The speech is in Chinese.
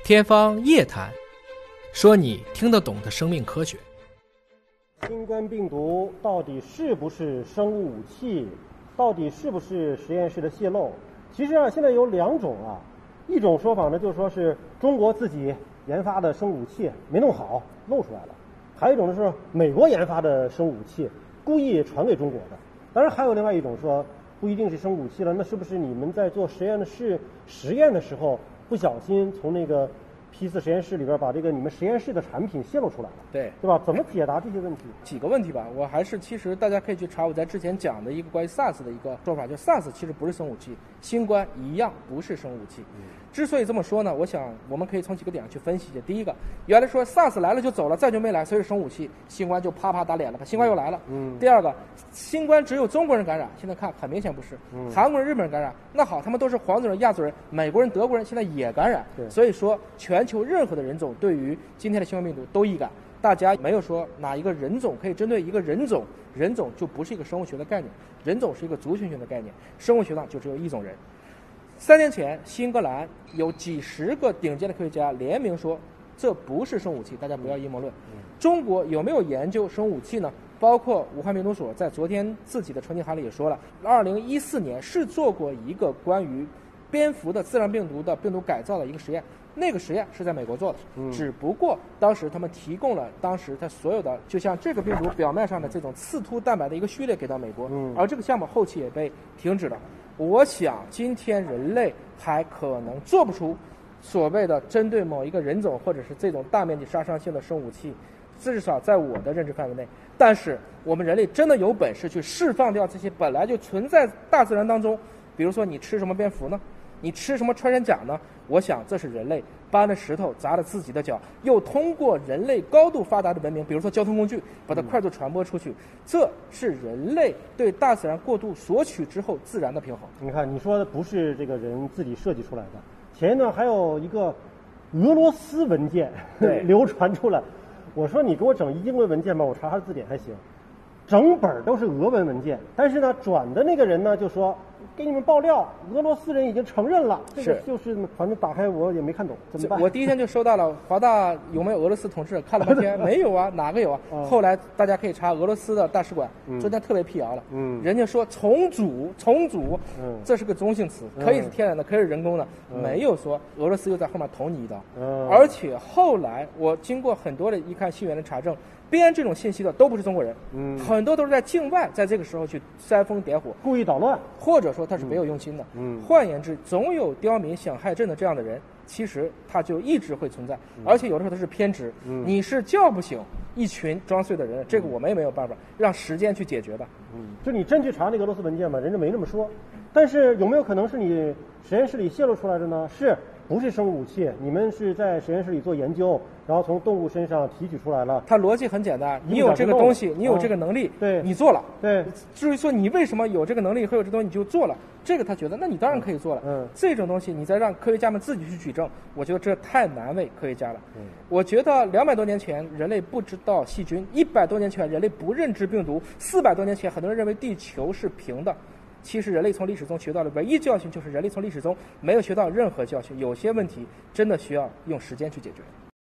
天方夜谭，说你听得懂的生命科学。 新冠病毒到底是不是生物武器？到底是不是实验室的泄露？其实现在有两种一种说法呢，就是说是中国自己研发的生物武器没弄好露出来了；还有一种呢是美国研发的生物武器故意传给中国的。当然还有另外一种说不一定是生物武器了，那是不是你们在做实验的时候不小心从那个P4实验室里边把这个你们实验室的产品泄露出来了， 对吧？怎么解答这些问题？ 几个问题吧，其实大家可以去查我在之前讲的一个关于 SARS 的一个说法，就 SARS 其实不是生物武器，新冠一样不是生物武器。之所以这么说呢，我想我们可以从几个点上去分析一下。第一个，原来说 SARS 来了就走了，再就没来，所以是生物武器，新冠就啪啪打脸了，新冠又来了。第二个，新冠只有中国人感染，现在看很明显不是，韩国人、日本人感染，那好，他们都是黄种人、亚洲人，美国人、德国人现在也感染，所以说全球任何的人种对于今天的新冠病毒都易感。大家没有说哪一个人种可以针对一个人种，人种就不是一个生物学的概念，人种是一个族群学的概念，生物学上就只有一种人。3年前，新英格兰有几十个顶尖的科学家联名说这不是生物武器，大家不要阴谋论。中国有没有研究生物武器呢？包括武汉病毒所在昨天自己的澄清函里也说了，2014年是做过一个关于蝙蝠的自然病毒的病毒改造的一个实验，那个实验是在美国做的，只不过当时他们提供了当时他所有的就像这个病毒表面上的这种刺突蛋白的一个序列给到美国，而这个项目后期也被停止了。我想今天人类还可能做不出所谓的针对某一个人种或者是这种大面积杀伤性的生物武器，至少在我的认知范围内。但是我们人类真的有本事去释放掉这些本来就存在大自然当中，比如说你吃什么蝙蝠呢？你吃什么穿山甲呢？我想这是人类搬了石头砸了自己的脚，又通过人类高度发达的文明，比如说交通工具，把它快速传播出去，这是人类对大自然过度索取之后自然的平衡。 你看，你说的不是这个人自己设计出来的，前一段还有一个俄罗斯文件流传出来，我说你给我整英文文件吧，我查查字典还行，整本都是俄文文件，但是呢，转的那个人呢就说给你们爆料，俄罗斯人已经承认了，这个就是反正打开我也没看懂，怎么办？ 我第一天就收到了华大有没有俄罗斯同志，看了半天没有啊，哪个有啊？后来大家可以查俄罗斯的大使馆，昨天特别辟谣了，人家说重组，这是个中性词，可以是天然的，可以是人工的，没有说俄罗斯又在后面捅你一刀。而且后来我经过很多的一看信源的查证，编这种信息的都不是中国人，很多都是在境外，在这个时候去煽风点火， 故意捣乱， 或者说他是别有用心的。换言之，总有刁民想害朕的这样的人，其实他就一直会存在，而且有的时候他是偏执，你是叫不醒一群装睡的人，这个我们也没有办法，让时间去解决的。 就你真去查那个俄罗斯文件吧，人家没那么说，但是有没有可能是你实验室里泄露出来的呢？是不是生物武器？你们是在实验室里做研究，然后从动物身上提取出来了。 它逻辑很简单，你有这个东西，你有这个能力， 对， 你做了。 对， 至于说你为什么有这个能力和有这东西你就做了，这个他觉得那你当然可以做了。这种东西你再让科学家们自己去举证，我觉得这太难为科学家了。我觉得200多年前人类不知道细菌，100多年前人类不认知病毒，400多年前很多人认为地球是平的。其实人类从历史中学到的唯一教训就是人类从历史中没有学到任何教训，有些问题真的需要用时间去解决。